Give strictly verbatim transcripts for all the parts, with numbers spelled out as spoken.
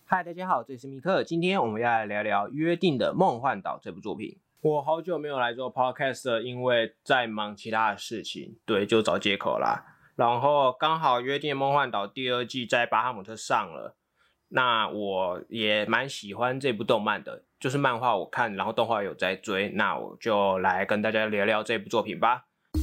嗨，大家好，这里是米克。今天我们要来聊聊《约定的梦幻岛》这部作品。我好久没有来做 podcast 了，因为在忙其他的事情，对，就找借口啦。然后刚好《约定的梦幻岛》第二季在巴哈姆特上了，那我也蛮喜欢这部动漫的，就是漫画我看，然后动画有在追，那我就来跟大家聊聊这部作品吧。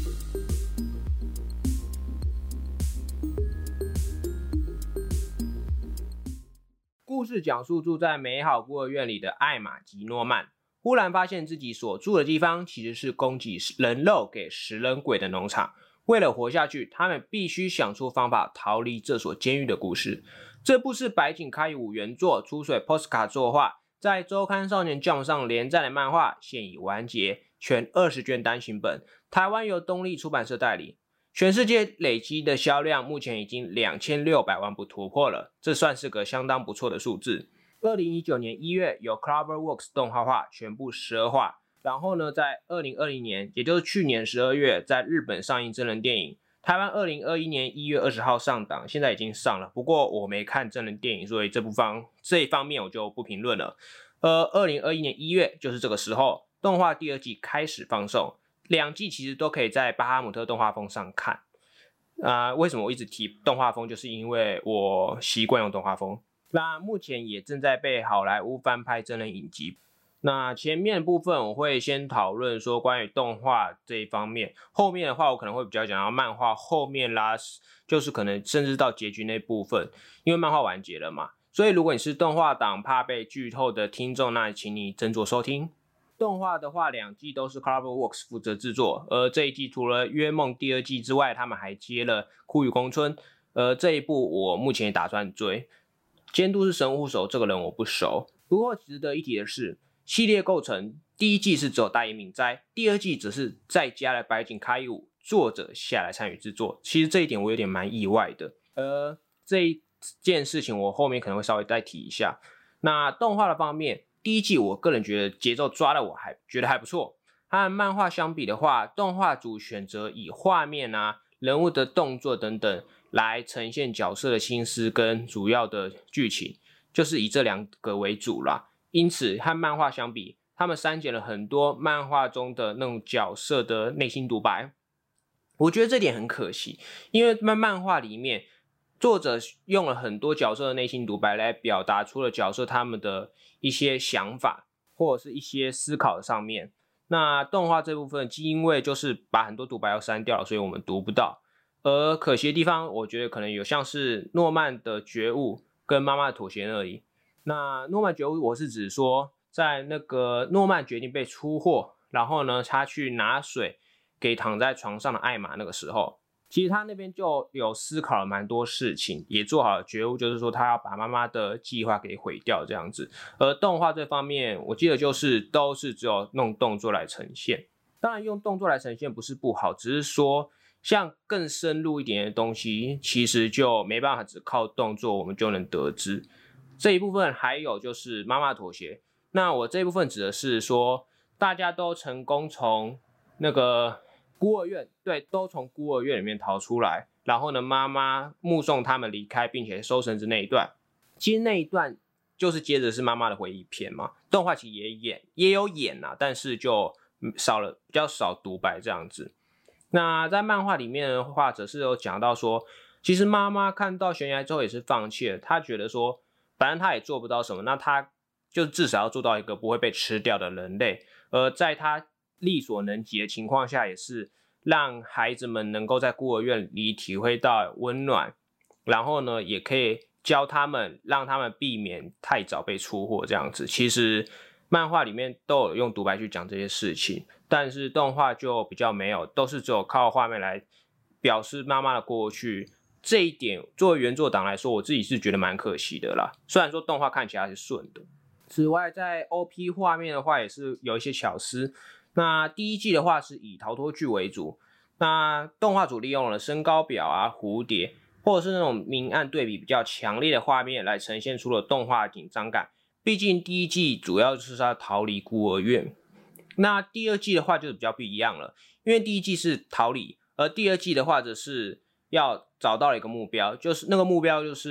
故事讲述住在美好孤儿院里的艾玛及诺曼，忽然发现自己所住的地方其实是供给人肉给食人鬼的农场。为了活下去，他们必须想出方法逃离这所监狱的故事。这部是白井开武原作，出水 Posca 作画，在周刊少年 Jump 上连载的漫画现已完结，全二十卷单行本，台湾由东立出版社代理。全世界累积的销量目前已经两千六百万部突破了，这算是个相当不错的数字。二零一九年一月由 Cloverworks 动画化，全部十二话。然后呢，在二零二零年，也就是去年十二月，在日本上映真人电影。台湾二零二一年一月二十号上档，现在已经上了。不过我没看真人电影，所以这部方这一方面我就不评论了。呃，二零二一年一月，就是这个时候，动画第二季开始放送。两季其实都可以在巴哈姆特动画风上看。啊、呃，为什么我一直提动画风，就是因为我习惯用动画风。那目前也正在被好莱坞翻拍真人影集。那前面的部分我会先讨论说关于动画这一方面，后面的话我可能会比较讲到漫画后面啦，就是可能甚至到结局那部分，因为漫画完结了嘛。所以如果你是动画党怕被剧透的听众，那请你斟酌收听。动画的话，两季都是 Cloverworks 负责制作，而这一季除了《约梦》第二季之外，他们还接了《酷雨宫村》，而这一部我目前也打算追。监督是神户守，这个人我不熟。不过值得一提的是，系列构成第一季是只有大野敏哉，第二季则是再加了白井开武作者下来参与制作。其实这一点我有点蛮意外的。呃，这一件事情我后面可能会稍微再提一下。那动画的方面，第一季我个人觉得节奏抓的我还觉得还不错。和漫画相比的话，动画组选择以画面啊、人物的动作等等来呈现角色的心思跟主要的剧情，就是以这两个为主啦。因此和漫画相比，他们删减了很多漫画中的那种角色的内心独白。我觉得这点很可惜，因为在漫画里面，作者用了很多角色的内心独白来表达出了角色他们的一些想法或者是一些思考上面。那动画这部分因为就是把很多独白要删掉了，所以我们读不到。而可惜的地方，我觉得可能有像是诺曼的觉悟跟妈妈的妥协那里。那诺曼觉悟，我是指说，在那个诺曼决定被出货，然后呢，他去拿水给躺在床上的艾玛那个时候，其实他那边就有思考了蛮多事情，也做好了觉悟，就是说他要把妈妈的计划给毁掉这样子。而动画这方面，我记得就是都是只有用动作来呈现。当然用动作来呈现不是不好，只是说像更深入一点的东西，其实就没办法只靠动作我们就能得知。这一部分还有就是妈妈妥协。那我这一部分指的是说，大家都成功从那个孤儿院，对，都从孤儿院里面逃出来，然后呢，妈妈目送他们离开，并且收绳子那一段，其实那一段就是接着是妈妈的回忆篇嘛。动画其实也演也有演啊，但是就少了比较少独白这样子。那在漫画里面的话，则是有讲到说，其实妈妈看到悬崖之后也是放弃了，她觉得说，反正她也做不到什么，那她就至少要做到一个不会被吃掉的人类，而在她力所能及的情况下，也是让孩子们能够在孤儿院里体会到温暖，然后呢，也可以教他们，让他们避免太早被出货这样子。其实漫画里面都有用独白去讲这些事情，但是动画就比较没有，都是只有靠画面来表示妈妈的过去。这一点作为原作党来说，我自己是觉得蛮可惜的啦。虽然说动画看起来是顺的。此外，在 O P 画面的话，也是有一些巧思。那第一季的话是以逃脱剧为主，那动画组利用了身高表啊、蝴蝶，或者是那种明暗对比比较强烈的画面来呈现出了动画紧张感。毕竟第一季主要就是要逃离孤儿院，那第二季的话就比较不一样了，因为第一季是逃离，而第二季的话则是要找到了一个目标，就是那个目标就是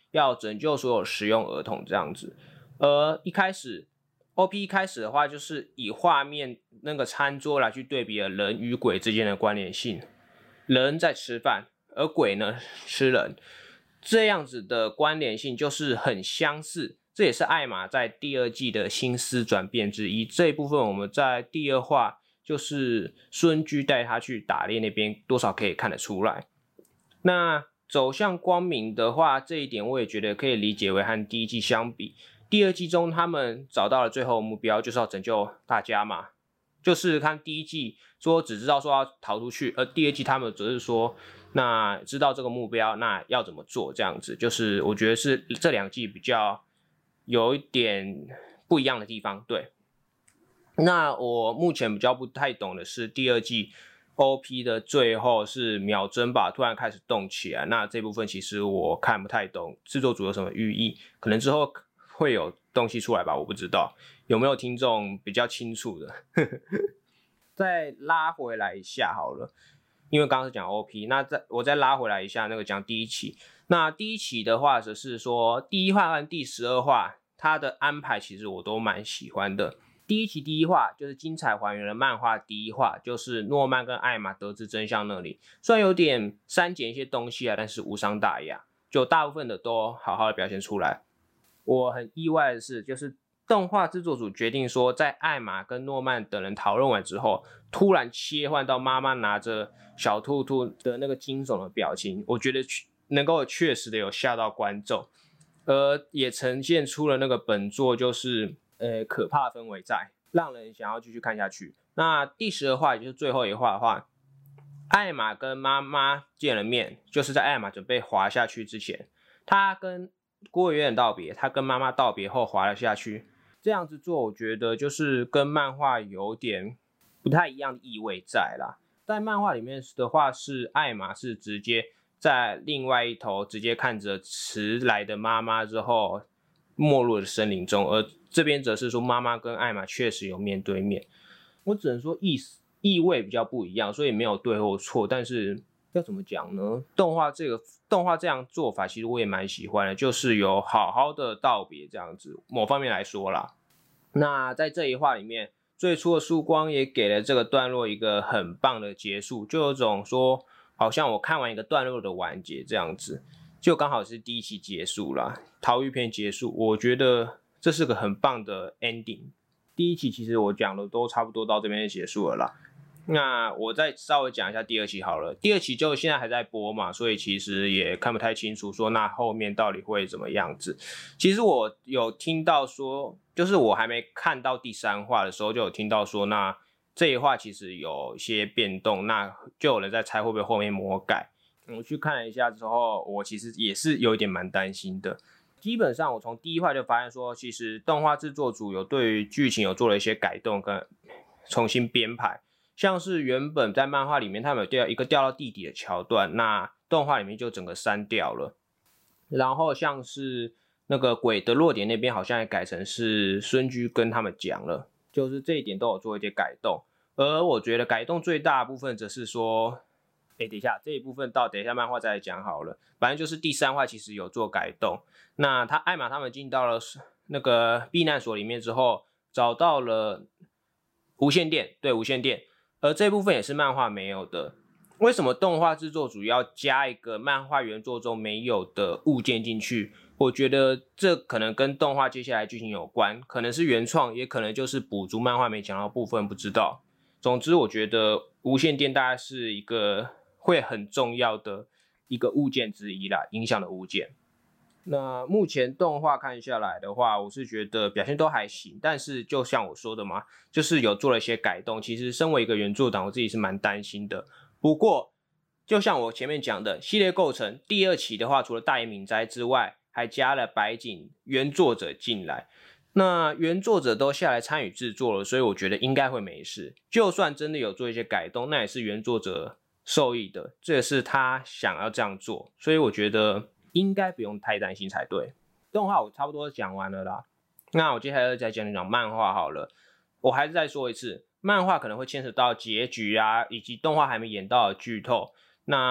要拯救所有食用儿童这样子。而一开始 O P 一开始的话，就是以画面那个餐桌来去对比了人与鬼之间的关联性，人在吃饭，而鬼呢吃人，这样子的关联性就是很相似。这也是艾玛在第二季的心思转变之一。这一部分我们在第二话就是孙居带他去打猎那边多少可以看得出来。那走向光明的话，这一点我也觉得可以理解为和第一季相比，第二季中他们找到了最后目标，就是要拯救大家嘛，就是看第一季说只知道说要逃出去，而第二季他们只是说那知道这个目标，那要怎么做这样子，就是我觉得是这两季比较有一点不一样的地方。对，那我目前比较不太懂的是第二季 O P 的最后是秒针吧突然开始动起来，那这部分其实我看不太懂制作组有什么寓意，可能之后会有东西出来吧，我不知道有没有听众比较清楚的再拉回来一下好了，因为刚刚是讲 O P， 那再我再拉回来一下那个讲第一期。那第一期的话则是说第一话和第十二话它的安排其实我都蛮喜欢的。第一期第一话就是精彩还原了漫画第一话，就是诺曼跟艾玛得知真相那里，虽然有点删减一些东西啊，但是无伤大雅，就大部分的都好好的表现出来。我很意外的是，就是动画制作组决定说，在艾玛跟诺曼等人讨论完之后，突然切换到妈妈拿着小兔兔的那个惊悚的表情，我觉得能够确实的有吓到观众，而也呈现出了那个本作就是呃可怕氛围在，让人想要继续看下去。那第十二话也就是最后一话的话，艾玛跟妈妈见了面，就是在艾玛准备滑下去之前，她跟孤儿院道别，她跟妈妈道别后滑了下去。这样子做，我觉得就是跟漫画有点不太一样的意味在啦。在漫画里面的话，是艾玛是直接在另外一头直接看着迟来的妈妈之后没入了森林中，而这边则是说妈妈跟艾玛确实有面对面。我只能说意思意味比较不一样，所以没有对或错，但是要怎么讲呢？动画这个动画这样做法，其实我也蛮喜欢的，就是有好好的道别这样子。某方面来说啦，那在这一话里面，最初的曙光也给了这个段落一个很棒的结束，就有种说好像我看完一个段落的完结这样子，就刚好是第一期结束啦，逃狱篇结束，我觉得这是个很棒的 ending。第一期其实我讲的都差不多到这边就结束了啦。那我再稍微讲一下第二期好了，第二期就现在还在播嘛，所以其实也看不太清楚说那后面到底会怎么样子。其实我有听到说，就是我还没看到第三话的时候就有听到说，那这一话其实有一些变动，那就有人在猜会不会后面魔改。我去看了一下之后，我其实也是有一点蛮担心的。基本上我从第一话就发现说，其实动画制作组有对于剧情有做了一些改动跟重新编排。像是原本在漫画里面他们有掉一个掉到地底的桥段，那动画里面就整个删掉了。然后像是那个鬼的落点那边好像也改成是孙居跟他们讲了，就是这一点都有做一些改动。而我觉得改动最大的部分则是说，哎，等一下这一部分到等一下漫画再来讲好了。反正就是第三话其实有做改动，那他艾玛他们进到了那个避难所里面之后，找到了无线电，对，无线电。而这部分也是漫画没有的。为什么动画制作组要加一个漫画原作中没有的物件进去？我觉得这可能跟动画接下来剧情有关，可能是原创，也可能就是补足漫画没讲到的部分，不知道。总之，我觉得无线电大概是一个会很重要的一个物件之一啦，影响的物件。那目前动画看下来的话，我是觉得表现都还行，但是就像我说的嘛，就是有做了一些改动。其实身为一个原作党，我自己是蛮担心的。不过，就像我前面讲的，系列构成第二期的话，除了大野敏哉之外，还加了白井原作者进来。那原作者都下来参与制作了，所以我觉得应该会没事。就算真的有做一些改动，那也是原作者受益的，这也是他想要这样做，所以我觉得应该不用太担心才对。动画我差不多讲完了啦，那我接下来再讲讲漫画好了。我还是再说一次，漫画可能会牵扯到结局啊，以及动画还没演到的剧透。那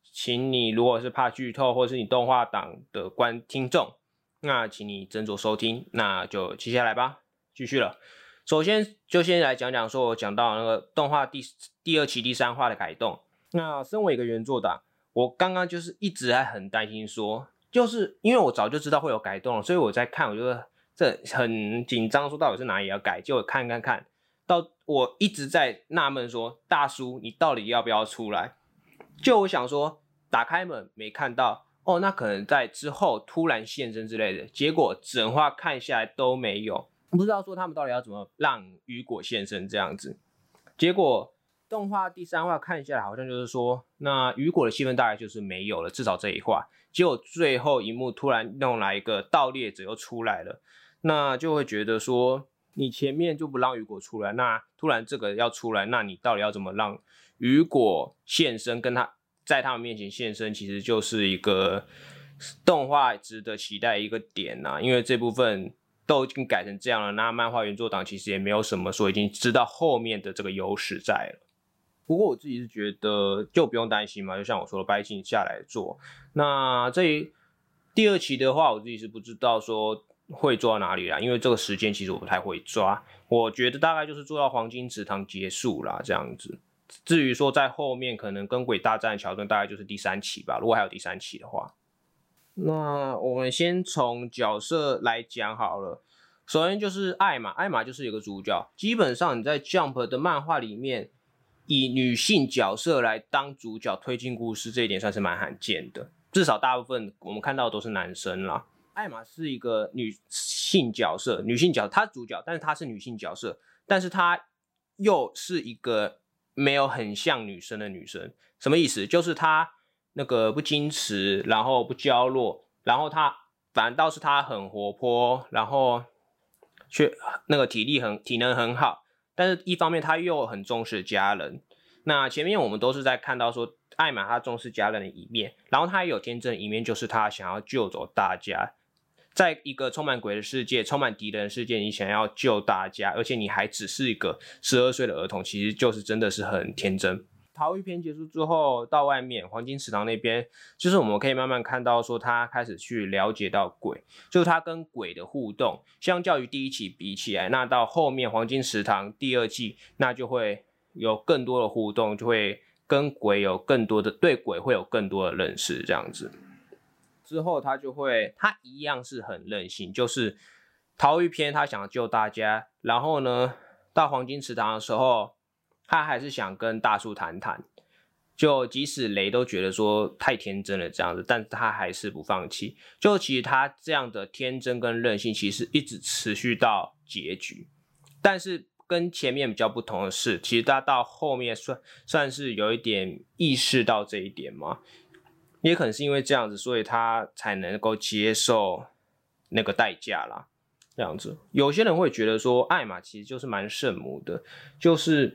请你如果是怕剧透，或是你动画党的观听众，那请你斟酌收听。那就接下来吧，继续了。首先就先来讲讲说我讲到那个动画第第二期第三话的改动。那身为一个原作党，我刚刚就是一直还很担心说，就是因为我早就知道会有改动了，所以我在看，我就这很紧张，说到底是哪里要改，结果看看看到我一直在纳闷说，大叔你到底要不要出来？就我想说，打开门没看到，哦，那可能在之后突然现身之类的，结果整话看下来都没有，不知道说他们到底要怎么让雨果现身这样子。结果动画第三话看下来，好像就是说，那雨果的戏份大概就是没有了，至少这一话。结果最后一幕突然弄来一个盗猎者又出来了，那就会觉得说，你前面就不让雨果出来，那突然这个要出来，那你到底要怎么让雨果现身，跟他在他们面前现身，其实就是一个动画值得期待一个点啊，因为这部分都已经改成这样了，那漫画原作党其实也没有什么说已经知道后面的这个优势在了。不过我自己是觉得就不用担心嘛，就像我说的，掰进下来做。那这一第二期的话，我自己是不知道说会做到哪里啦，因为这个时间其实我不太会抓。我觉得大概就是做到黄金池塘结束啦，这样子。至于说在后面可能跟鬼大战的桥段，大概就是第三期吧，如果还有第三期的话。那我们先从角色来讲好了。首先就是艾玛，艾玛就是有个主角，基本上你在 Jump 的漫画里面，以女性角色来当主角推进故事，这一点算是蛮罕见的。至少大部分我们看到的都是男生啦。艾玛是一个女性角色，女性角色，她是主角，但是她是女性角色，但是她又是一个没有很像女生的女生。什么意思？就是她那个不矜持，然后不娇弱，然后她反倒是她很活泼，然后却那个体力很体能很好。但是一方面他又很重视家人，那前面我们都是在看到说艾玛他重视家人的一面，然后他也有天真的一面，就是他想要救走大家，在一个充满鬼的世界，充满敌人的世界，你想要救大家，而且你还只是一个十二岁的儿童，其实就是真的是很天真。逃狱篇结束之后，到外面黄金池塘那边，就是我们可以慢慢看到说他开始去了解到鬼，就是他跟鬼的互动，相较于第一期比起来，那到后面黄金池塘第二季，那就会有更多的互动，就会跟鬼有更多的对鬼会有更多的认识，这样子。之后他就会，他一样是很任性，就是逃狱篇他想救大家，然后呢，到黄金池塘的时候。他还是想跟大树谈谈，就即使雷都觉得说太天真了这样子，但是他还是不放弃。就其实他这样的天真跟任性，其实一直持续到结局。但是跟前面比较不同的是，其实他到后面算算是有一点意识到这一点嘛，也可能是因为这样子，所以他才能够接受那个代价啦。这样子，有些人会觉得说，艾玛其实就是蛮圣母的，就是。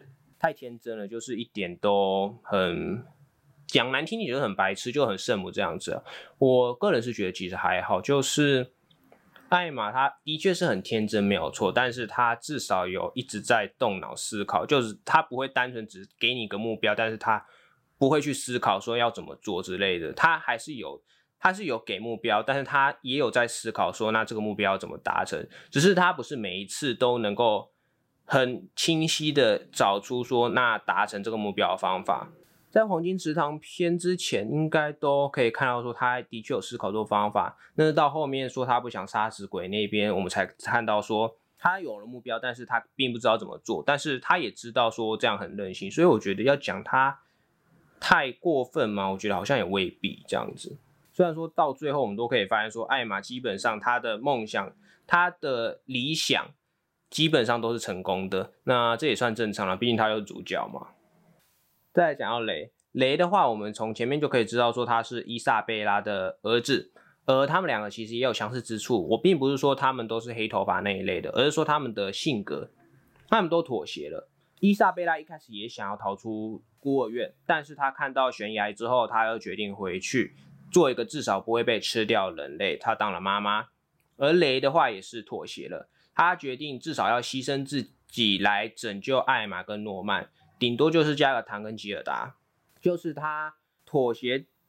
太天真了，就是一点都很讲难听，你就很白痴，就很圣母这样子、啊。我个人是觉得其实还好，就是艾玛她的确是很天真没有错，但是她至少有一直在动脑思考，就是她不会单纯只给你一个目标，但是她不会去思考说要怎么做之类的，她还是有。他是有给目标，但是他也有在思考说，那这个目标要怎么达成？只是他不是每一次都能够很清晰的找出说，那达成这个目标的方法。在黄金池塘篇之前，应该都可以看到说，他的确有思考做方法。那到后面说他不想杀死鬼那边，我们才看到说，他有了目标，但是他并不知道怎么做，但是他也知道说这样很任性，所以我觉得要讲他太过分嘛，我觉得好像也未必这样子。虽然说到最后我们都可以发现说，艾玛基本上她的梦想、她的理想基本上都是成功的，那这也算正常了，毕竟他就是主角嘛。再来讲到雷，雷的话，我们从前面就可以知道说他是伊莎贝拉的儿子，而他们两个其实也有相似之处。我并不是说他们都是黑头发那一类的，而是说他们的性格，他们都妥协了。伊莎贝拉一开始也想要逃出孤儿院，但是他看到悬崖之后，他又决定回去。做一个至少不会被吃掉的人类，他当了妈妈。而雷的话也是妥协了，他决定至少要牺牲自己来拯救艾玛跟诺曼，顶多就是加个唐跟吉尔达，就是他妥协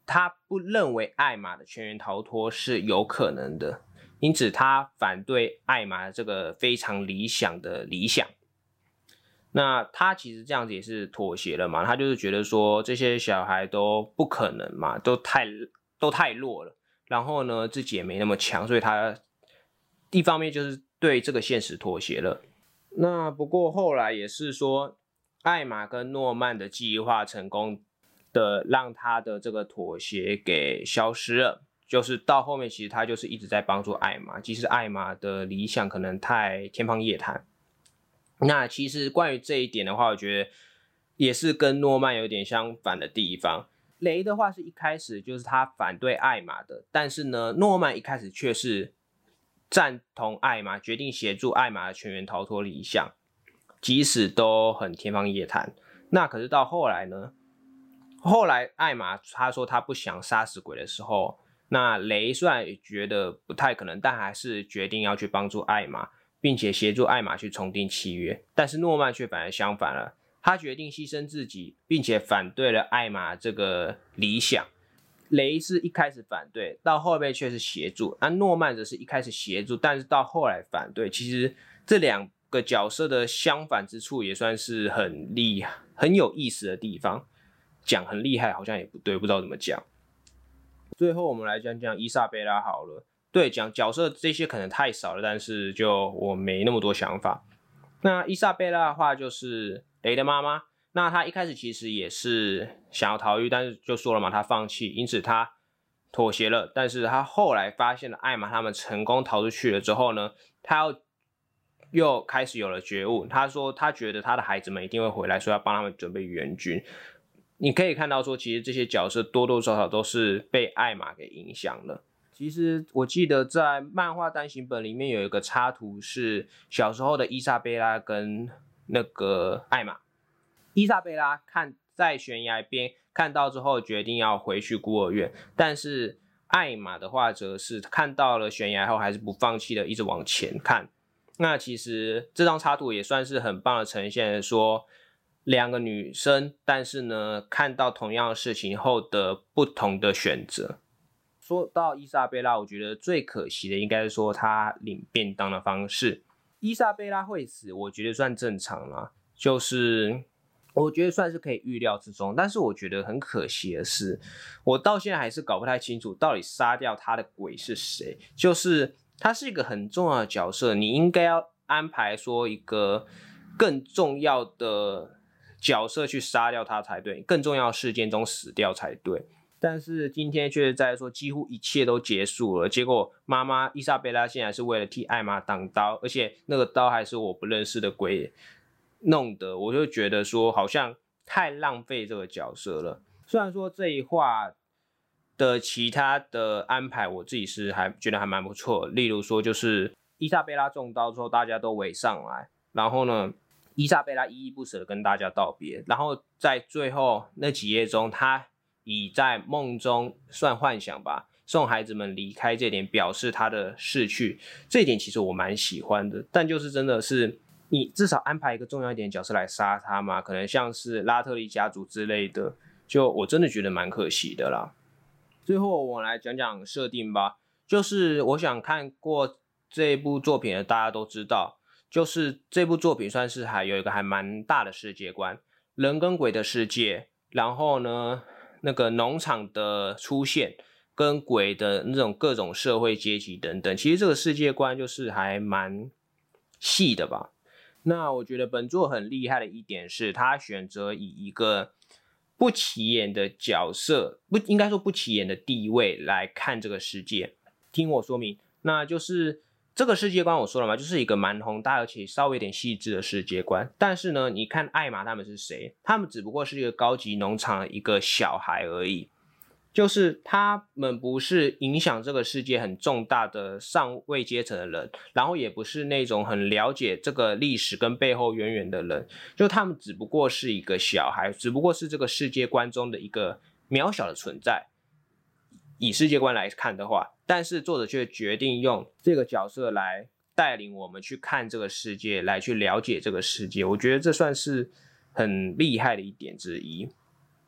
他不认为艾玛的全员逃脱是有可能的，因此他反对艾玛这个非常理想的理想。那他其实这样子也是妥协了嘛，他就是觉得说这些小孩都不可能嘛，都太都太弱了，然后呢自己也没那么强，所以他一方面就是对这个现实妥协了。那不过后来也是说，艾玛跟诺曼的计划成功的让他的这个妥协给消失了，就是到后面其实他就是一直在帮助艾玛，即使艾玛的理想可能太天方夜谭。那其实关于这一点的话，我觉得也是跟诺曼有点相反的地方。雷的话是一开始就是他反对艾玛的，但是呢，诺曼一开始却是赞同艾玛，决定协助艾玛的全员逃脱理想，即使都很天方夜谭。那可是到后来呢？后来艾玛他说他不想杀死鬼的时候，那雷虽然也觉得不太可能，但还是决定要去帮助艾玛，并且协助艾玛去重订契约。但是诺曼却反而相反了，他决定牺牲自己，并且反对了艾玛这个理想。雷是一开始反对，到后面却是协助，而诺曼则是一开始协助，但是到后来反对。其实这两个角色的相反之处也算是很厉害、很有意思的地方。讲很厉害好像也不对，不知道怎么讲。最后我们来讲讲伊莎贝拉好了。对，讲角色这些可能太少了，但是就我没那么多想法。那伊莎贝拉的话就是雷的妈妈，那她一开始其实也是想要逃狱，但是就说了嘛，她放弃，因此她妥协了。但是她后来发现了艾玛他们成功逃出去了之后呢，她要又开始有了觉悟。她说她觉得她的孩子们一定会回来，所以要帮他们准备援军。你可以看到说，其实这些角色多多少少都是被艾玛给影响了。其实我记得在漫画单行本里面有一个插图是小时候的伊莎贝拉跟那个艾玛。伊莎贝拉看在悬崖边看到之后决定要回去孤儿院，但是艾玛的话则是看到了悬崖后还是不放弃的一直往前看。那其实这张插图也算是很棒的呈现说两个女生，但是呢看到同样的事情后的不同的选择。说到伊莎贝拉，我觉得最可惜的应该是说她领便当的方式。伊莎贝拉会死，我觉得算正常啦，就是我觉得算是可以预料之中。但是我觉得很可惜的是，我到现在还是搞不太清楚到底杀掉她的鬼是谁。就是他是一个很重要的角色，你应该要安排说一个更重要的角色去杀掉他才对，更重要的事件中死掉才对。但是今天却在说几乎一切都结束了，结果妈妈伊莎贝拉现在是为了替艾玛挡刀，而且那个刀还是我不认识的鬼弄的，我就觉得说好像太浪费这个角色了。虽然说这一话的其他的安排我自己是还觉得还蛮不错，例如说就是伊莎贝拉中刀之后大家都围上来，然后呢伊莎贝拉依依不舍的跟大家道别，然后在最后那几页中他以在梦中算幻想吧，送孩子们离开这点表示他的逝去，这一点其实我蛮喜欢的。但就是真的是你至少安排一个重要一点的角色来杀他嘛，可能像是拉特利家族之类的，就我真的觉得蛮可惜的啦。最后我来讲讲设定吧，就是我想看过这部作品的大家都知道，就是这部作品算是还有一个还蛮大的世界观，人跟鬼的世界，然后呢那个农场的出现跟鬼的那种各种社会阶级等等，其实这个世界观就是还蛮细的吧。那我觉得本作很厉害的一点是他选择以一个不起眼的角色，不应该说不起眼的地位来看这个世界。听我说明，那就是这个世界观我说了嘛，就是一个蛮宏大而且稍微有点细致的世界观。但是呢，你看艾玛他们是谁？他们只不过是一个高级农场的一个小孩而已，就是他们不是影响这个世界很重大的上位阶层的人，然后也不是那种很了解这个历史跟背后渊源的人，就他们只不过是一个小孩，只不过是这个世界观中的一个渺小的存在。以世界观来看的话，但是作者却决定用这个角色来带领我们去看这个世界，来去了解这个世界，我觉得这算是很厉害的一点之一。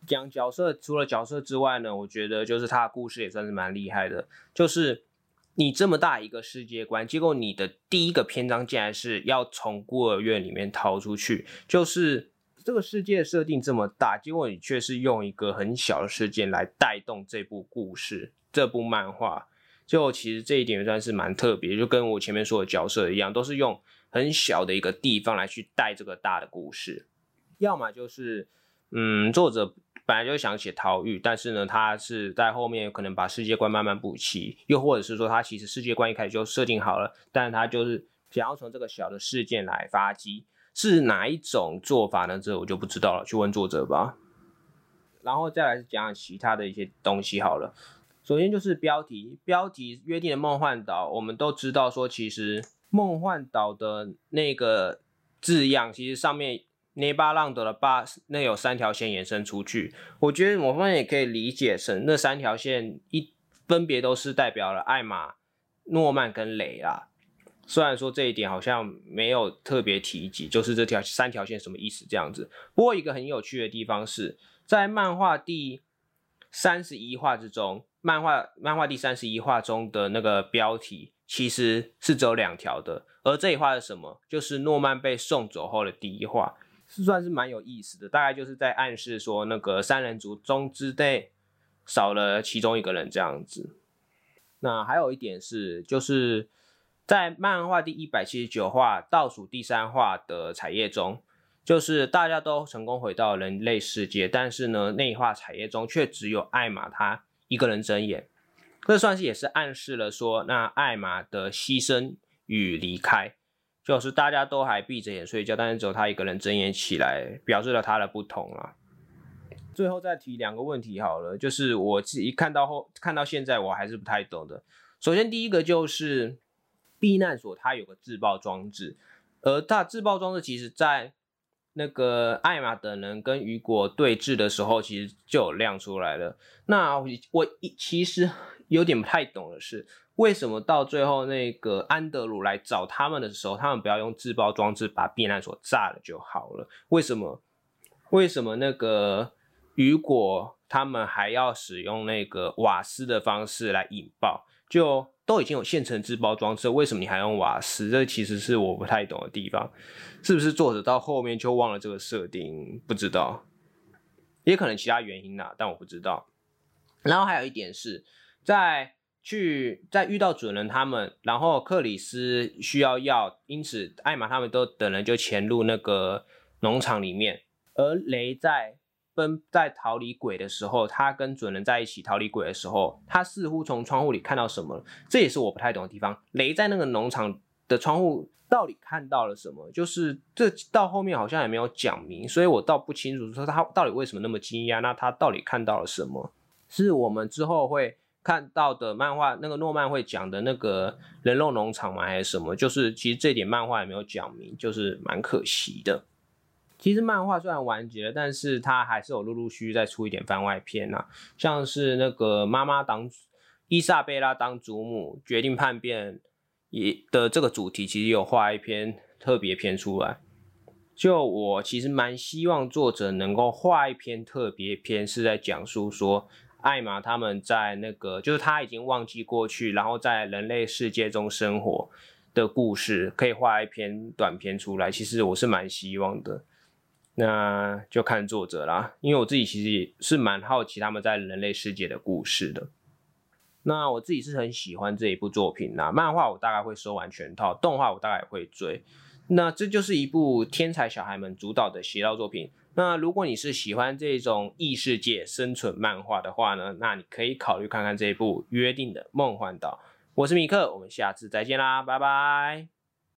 讲角色，除了角色之外呢，我觉得就是他的故事也算是蛮厉害的。就是你这么大一个世界观，结果你的第一个篇章竟然是要从孤儿院里面逃出去，就是这个世界设定这么大，结果你却是用一个很小的事件来带动这部故事，这部漫画。就其实这一点算是蛮特别，就跟我前面说的角色一样，都是用很小的一个地方来去带这个大的故事。要么就是嗯，作者本来就想写逃狱，但是呢，他是在后面可能把世界观慢慢补齐，又或者是说他其实世界观一开始就设定好了，但是他就是想要从这个小的事件来发迹，是哪一种做法呢？这我就不知道了，去问作者吧。然后再来是讲其他的一些东西好了。首先就是标题，标题约定的梦幻岛，我们都知道说，其实梦幻岛的那个字样，其实上面内巴浪德的巴那有三条线延伸出去，我觉得我们也可以理解成那三条线一分别都是代表了艾玛、诺曼跟雷啦。虽然说这一点好像没有特别提及，就是这条三条线什么意思这样子。不过一个很有趣的地方是在漫画第三十一话之中。漫画漫画第三十一话中的那个标题其实是只有两条的，而这一话是什么？就是诺曼被送走后的第一话，是算是蛮有意思的。大概就是在暗示说，那个三人族中之内少了其中一个人这样子。那还有一点是，就是在漫画第一百七十九话倒数第三话的彩页中，就是大家都成功回到人类世界，但是呢，那一话彩页中却只有艾玛她一个人睁眼，这算是也是暗示了说，那艾玛的牺牲与离开，就是大家都还闭着眼睡觉，但是只有他一个人睁眼起来，表示了他的不同啊。最后再提两个问题好了，就是我自己看到后看到现在我还是不太懂的。首先第一个就是避难所它有个自爆装置，而它自爆装置其实在那个艾玛等人跟雨果对峙的时候，其实就有亮出来了。那我其实有点不太懂的是，为什么到最后那个安德鲁来找他们的时候，他们不要用自爆装置把避难所炸了就好了？为什么？为什么那个雨果他们还要使用那个瓦斯的方式来引爆？就都已经有现成自爆装置，为什么你还用瓦斯？这其实是我不太懂的地方，是不是作者到后面就忘了这个设定？不知道，也可能其他原因啦，但我不知道。然后还有一点是，在去在遇到准人他们，然后克里斯需要药，因此艾玛他们都等人就潜入那个农场里面，而雷在奔在逃离鬼的时候，他跟准人在一起逃离鬼的时候，他似乎从窗户里看到什么了，这也是我不太懂的地方。雷在那个农场的窗户到底看到了什么？就是这到后面好像也没有讲明，所以我倒不清楚说他到底为什么那么惊讶，那他到底看到了什么？是我们之后会看到的漫画那个诺曼会讲的那个人肉农场吗？还是什么？就是其实这点漫画也没有讲明，就是蛮可惜的。其实漫画虽然完结了，但是它还是有陆陆续续再出一点番外篇啊，像是那个妈妈当伊莎贝拉当祖母决定叛变也的这个主题，其实有画一篇特别篇出来。就我其实蛮希望作者能够画一篇特别篇，是在讲述说艾玛他们在那个就是他已经忘记过去，然后在人类世界中生活的故事，可以画一篇短篇出来。其实我是蛮希望的。那就看作者啦，因为我自己其实也是蛮好奇他们在人类世界的故事的。那我自己是很喜欢这一部作品啦，漫画我大概会收完全套，动画我大概也会追。那这就是一部天才小孩们主导的邪道作品。那如果你是喜欢这种异世界生存漫画的话呢，那你可以考虑看看这一部《约定的梦幻岛》。我是米克，我们下次再见啦，拜拜。